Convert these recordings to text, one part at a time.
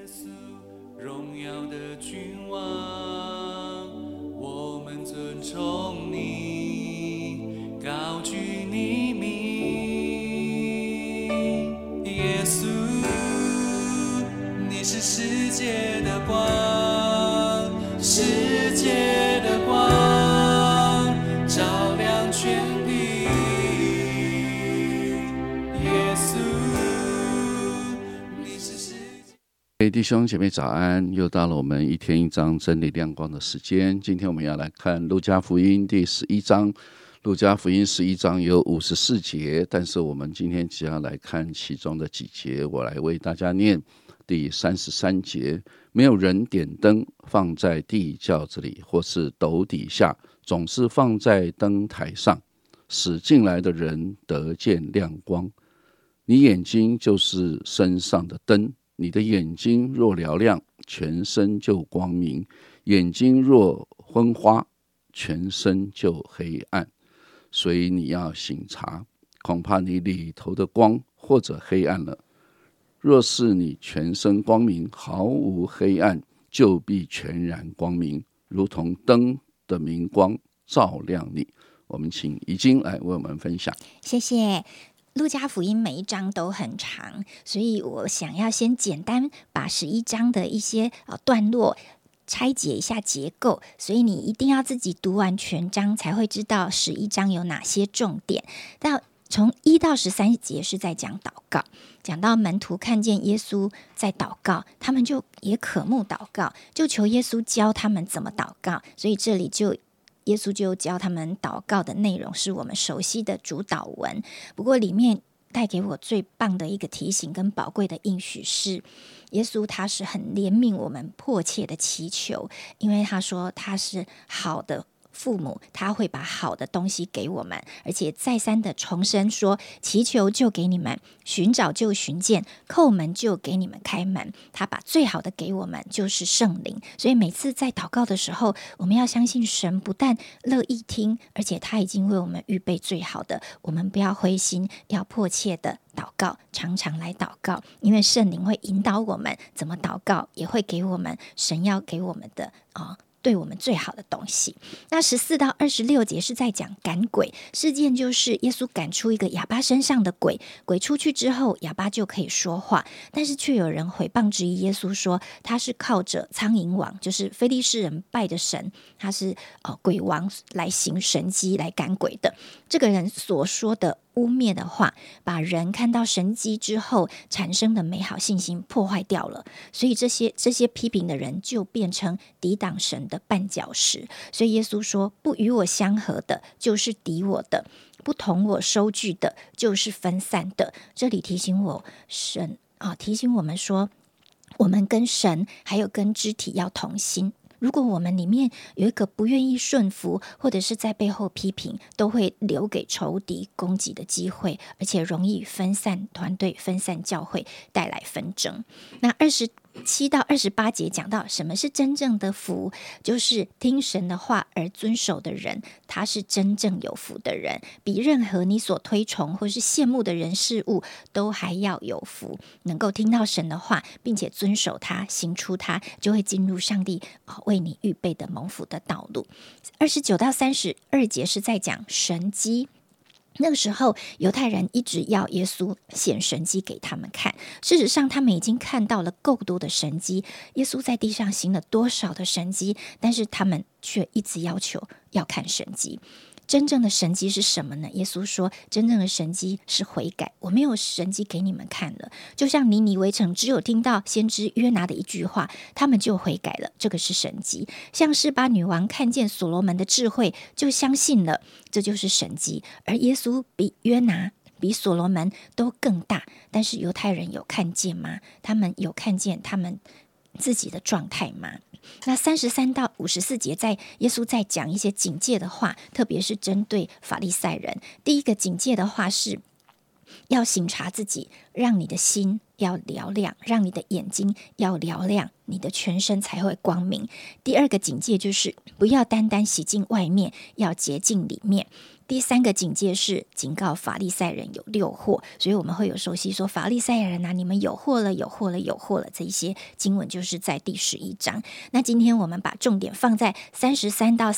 荣耀的君王，我们尊崇你，高举你名，耶稣，你是世界的光，世界的光，照亮全地，耶稣，你是世界。 弟兄姐妹早安，又到了我们一天一章真理亮光的时间。今天我们要来看路加福音第11章。路加福音11章有54节，但是我们今天只要来看其中的几节。我来为大家念第33节：没有人点灯放在地窖子里或是斗底下，总是放在灯台上，使进来的人得见亮光。你眼睛就是身上的灯，你的眼睛若嘹亮，全身就光明；眼睛若昏花，全身就黑暗。所以你要省察，恐怕你里头的光或者黑暗了。若是你全身光明，毫无黑暗，就必全然光明，如同灯的明光照亮你。我们请怡菁来为我们分享。 谢谢。路加福音每一章都很长，所以我想要先简单把11章的一些段落拆解一下结构，所以你一定要自己读完全章才会知道11章有哪些重点。从1到13节是在讲祷告，讲到门徒看见耶稣在祷告，他们就也渴慕祷告，就求耶稣教他们怎么祷告。所以这里耶稣就教他们祷告的内容是我们熟悉的主祷文，不过里面带给我最棒的一个提醒跟宝贵的应许是，耶稣他是很怜悯我们迫切的祈求，因为他说他是好的父母，他会把好的东西给我们，而且再三的重申说，祈求就给你们，寻找就寻见，叩门就给你们开门。他把最好的给我们，就是圣灵。所以每次在祷告的时候，我们要相信神不但乐意听，而且他已经为我们预备最好的。我们不要灰心，要迫切的祷告，常常来祷告，因为圣灵会引导我们怎么祷告，也会给我们神要给我们的对我们最好的东西。那14到26节是在讲赶鬼事件，就是耶稣赶出一个哑巴身上的鬼，鬼出去之后哑巴就可以说话，但是却有人毁谤质疑耶稣说他是靠着苍蝇王，就是非利士人拜的神，他是鬼王来行神迹来赶鬼的。这个人所说的污蔑的话，把人看到神迹之后产生的美好信心破坏掉了，所以这些批评的人就变成抵挡神的绊脚石。所以耶稣说，不与我相合的就是敌我的，不同我收据的就是分散的。这里提醒我们说，我们跟神还有跟肢体要同心。如果我们里面有一个不愿意顺服，或者是在背后批评，都会留给仇敌攻击的机会，而且容易分散团队、分散教会，带来纷争。那27到28节讲到什么是真正的福，就是听神的话而遵守的人，他是真正有福的人，比任何你所推崇或是羡慕的人事物都还要有福。能够听到神的话，并且遵守它、行出它，就会进入上帝为你预备的蒙福的道路。29到32节是在讲神迹。那个时候犹太人一直要耶稣显神迹给他们看，事实上他们已经看到了够多的神迹，耶稣在地上行了多少的神迹，但是他们却一直要求要看神迹。真正的神迹是什么呢？耶稣说，真正的神迹是悔改，我没有神迹给你们看了。就像尼尼微城只有听到先知约拿的一句话，他们就悔改了，这个是神迹。像示巴女王看见所罗门的智慧就相信了，这就是神迹。而耶稣比约拿比所罗门都更大，但是犹太人有看见吗？他们有看见他们自己的状态吗？那33到54节耶稣在讲一些警戒的话，特别是针对法利赛人。第一个警戒的话是要省察自己，让你的心要嘹亮，让你的眼睛要嘹亮，你的全身才会光明。第二个警戒就是不要单单洗净外面，要洁净里面。第三个警戒是警告法利赛人有六祸，所以我们会有熟悉说法利赛人啊，你们有祸了，有祸了，有祸了，这一些经文就是在第11章。那今天我们把重点放在33到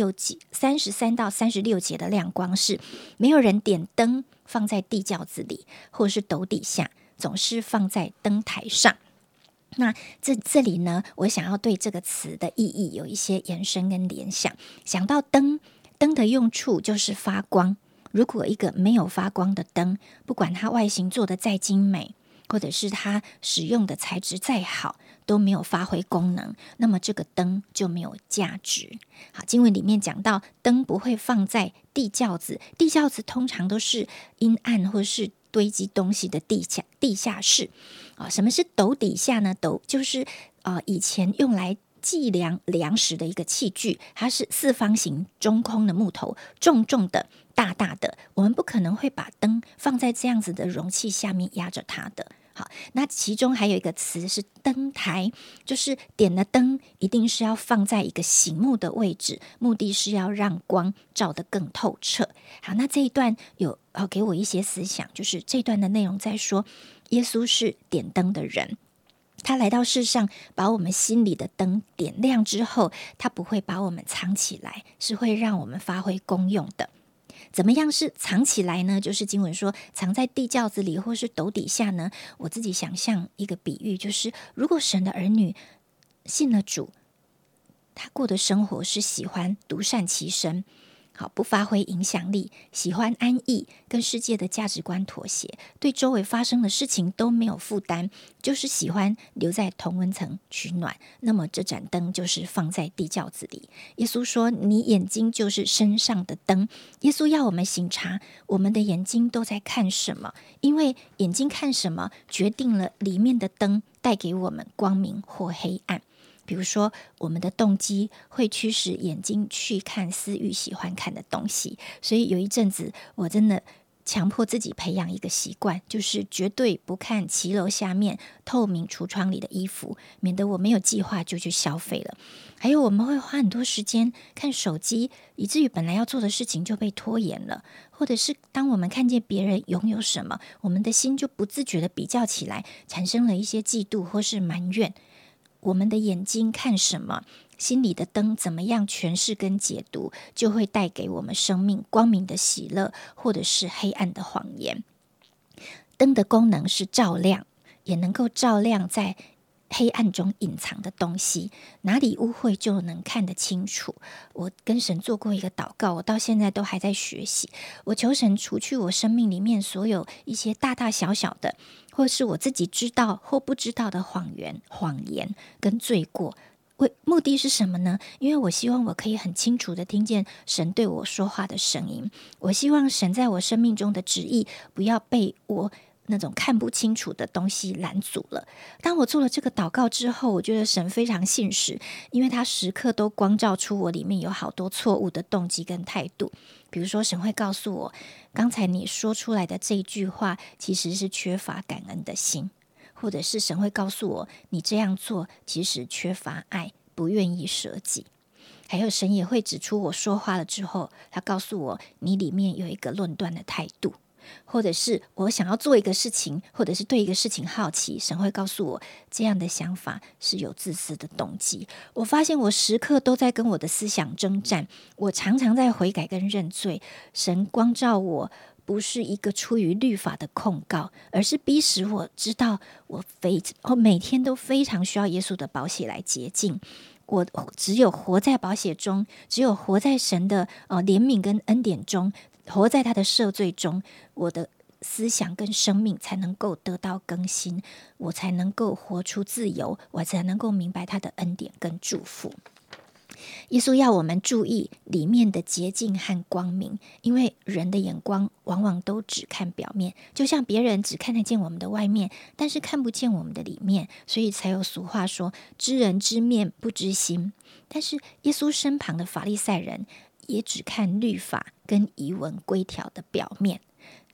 36节的亮光是，没有人点灯放在地窖子里或是斗底下，总是放在灯台上。那这里呢，我想要对这个词的意义有一些延伸跟联想。想到灯的用处就是发光，如果一个没有发光的灯，不管它外形做得再精美，或者是它使用的材质再好，都没有发挥功能，那么这个灯就没有价值。好，经文里面讲到灯不会放在地窖子，地窖子通常都是阴暗或是堆积东西的地下室。什么是斗底下呢？斗就是以前用来计量粮食的一个器具，它是四方形中空的木头，重重的大大的，我们不可能会把灯放在这样子的容器下面压着它的。好，那其中还有一个词是灯台，就是点了灯一定是要放在一个醒目的位置，目的是要让光照得更透彻。好，那这一段有给我一些思想，就是这段的内容在说耶稣是点灯的人，他来到世上，把我们心里的灯点亮之后，他不会把我们藏起来，是会让我们发挥功用的。怎么样是藏起来呢？就是经文说藏在地窖子里或是斗底下呢。我自己想象一个比喻，就是如果神的儿女信了主，他过的生活是喜欢独善其身，好，不发挥影响力，喜欢安逸，跟世界的价值观妥协，对周围发生的事情都没有负担，就是喜欢留在同温层取暖，那么这盏灯就是放在地窖子里。耶稣说你眼睛就是身上的灯，耶稣要我们省察我们的眼睛都在看什么，因为眼睛看什么决定了里面的灯带给我们光明或黑暗。比如说我们的动机会驱使眼睛去看私欲喜欢看的东西，所以有一阵子我真的强迫自己培养一个习惯，就是绝对不看骑楼下面透明橱窗里的衣服，免得我没有计划就去消费了。还有我们会花很多时间看手机，以至于本来要做的事情就被拖延了，或者是当我们看见别人拥有什么，我们的心就不自觉的比较起来，产生了一些嫉妒或是埋怨。我们的眼睛看什么，心里的灯怎么样诠释跟解读，就会带给我们生命光明的喜乐，或者是黑暗的谎言。灯的功能是照亮，也能够照亮在黑暗中隐藏的东西，哪里污秽就能看得清楚。我跟神做过一个祷告，我到现在都还在学习。我求神除去我生命里面所有一些大大小小的，或是我自己知道或不知道的谎言跟罪过。目的是什么呢？因为我希望我可以很清楚的听见神对我说话的声音，我希望神在我生命中的旨意不要被我那种看不清楚的东西拦阻了。当我做了这个祷告之后，我觉得神非常信实，因为他时刻都光照出我里面有好多错误的动机跟态度。比如说神会告诉我，刚才你说出来的这一句话其实是缺乏感恩的心，或者是神会告诉我，你这样做其实缺乏爱，不愿意舍己。还有神也会指出我说话了之后，他告诉我你里面有一个论断的态度，或者是我想要做一个事情，或者是对一个事情好奇，神会告诉我这样的想法是有自私的动机。我发现我时刻都在跟我的思想征战，我常常在悔改跟认罪。神光照我不是一个出于律法的控告，而是逼使我知道我每天都非常需要耶稣的宝血来洁净。我只有活在宝血中，只有活在神的怜悯跟恩典中，活在他的赦罪中，我的思想跟生命才能够得到更新，我才能够活出自由，我才能够明白他的恩典跟祝福。耶稣要我们注意里面的洁净和光明，因为人的眼光往往都只看表面，就像别人只看得见我们的外面，但是看不见我们的里面，所以才有俗话说知人知面不知心。但是耶稣身旁的法利赛人也只看律法跟仪文规条的表面，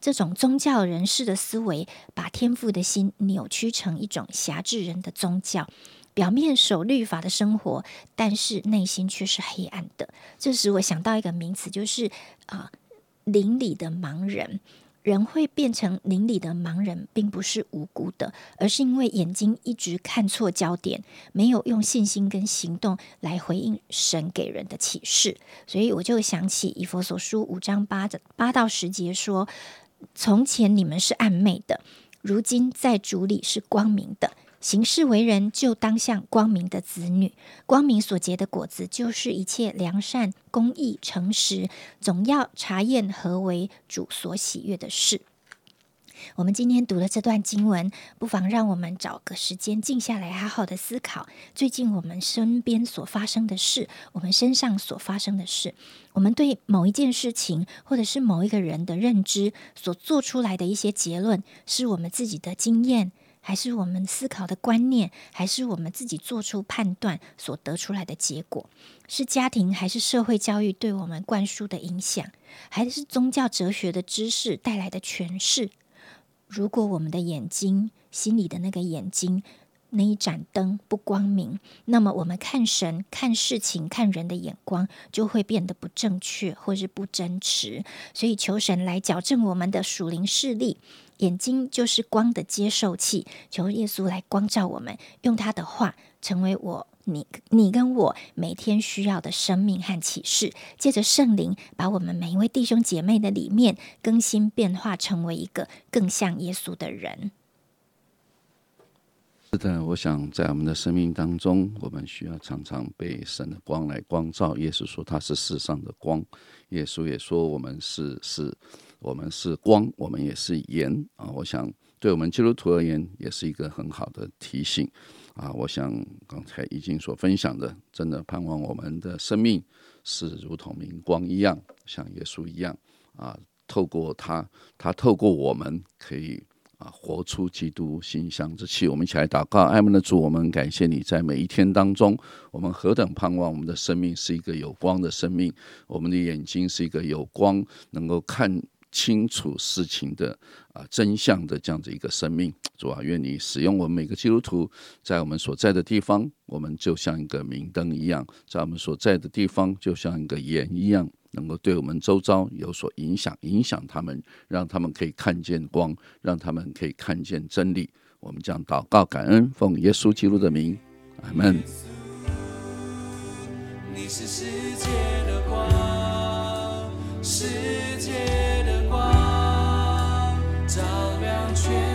这种宗教人士的思维，把天父的心扭曲成一种辖制人的宗教，表面守律法的生活，但是内心却是黑暗的。这时我想到一个名词，就是灵里的盲人。人会变成灵里的盲人，并不是无辜的，而是因为眼睛一直看错焦点，没有用信心跟行动来回应神给人的启示。所以我就想起以弗所书5章8到10节说，从前你们是暗昧的，如今在主里是光明的，行事为人就当像光明的子女。光明所结的果子，就是一切良善、公义、诚实，总要查验何为主所喜悦的事。我们今天读了这段经文，不妨让我们找个时间静下来，好好的思考最近我们身边所发生的事，我们身上所发生的事，我们对某一件事情或者是某一个人的认知所做出来的一些结论，是我们自己的经验，还是我们思考的观念，还是我们自己做出判断所得出来的结果？是家庭还是社会教育对我们灌输的影响，还是宗教哲学的知识带来的诠释？如果我们的眼睛，心里的那个眼睛，那一盏灯不光明，那么我们看神、看事情、看人的眼光就会变得不正确或是不真实。所以求神来矫正我们的属灵视力，眼睛就是光的接受器，求耶稣来光照我们，用他的话成为你跟我每天需要的生命和启示，借着圣灵把我们每一位弟兄姐妹的里面更新变化，成为一个更像耶稣的人。 是的，我想在我们的生命当中，我们需要常常被神的光来光照。耶稣说他是世上的光，耶稣也说我们是光，我们也是盐啊。我想对我们基督徒而言，也是一个很好的提醒啊。我想刚才已经所分享的，真的盼望我们的生命是如同明光一样，像耶稣一样啊，透过他透过我们可以活出基督馨香之气。我们一起来祷告。爱我们的主，我们感谢你在每一天当中，我们何等盼望我们的生命是一个有光的生命，我们的眼睛是一个有光，能够看清楚事情的真相的这样的一个生命。主啊，愿你使用我们每个基督徒，在我们所在的地方，我们就像一个明灯一样，在我们所在的地方就像一个盐一样，能够对我们周遭有所影响他们，让他们可以看见光，让他们可以看见真理。我们将祷告感恩，奉耶稣基督的名，阿们。 你是世界的光，世界的光，照亮全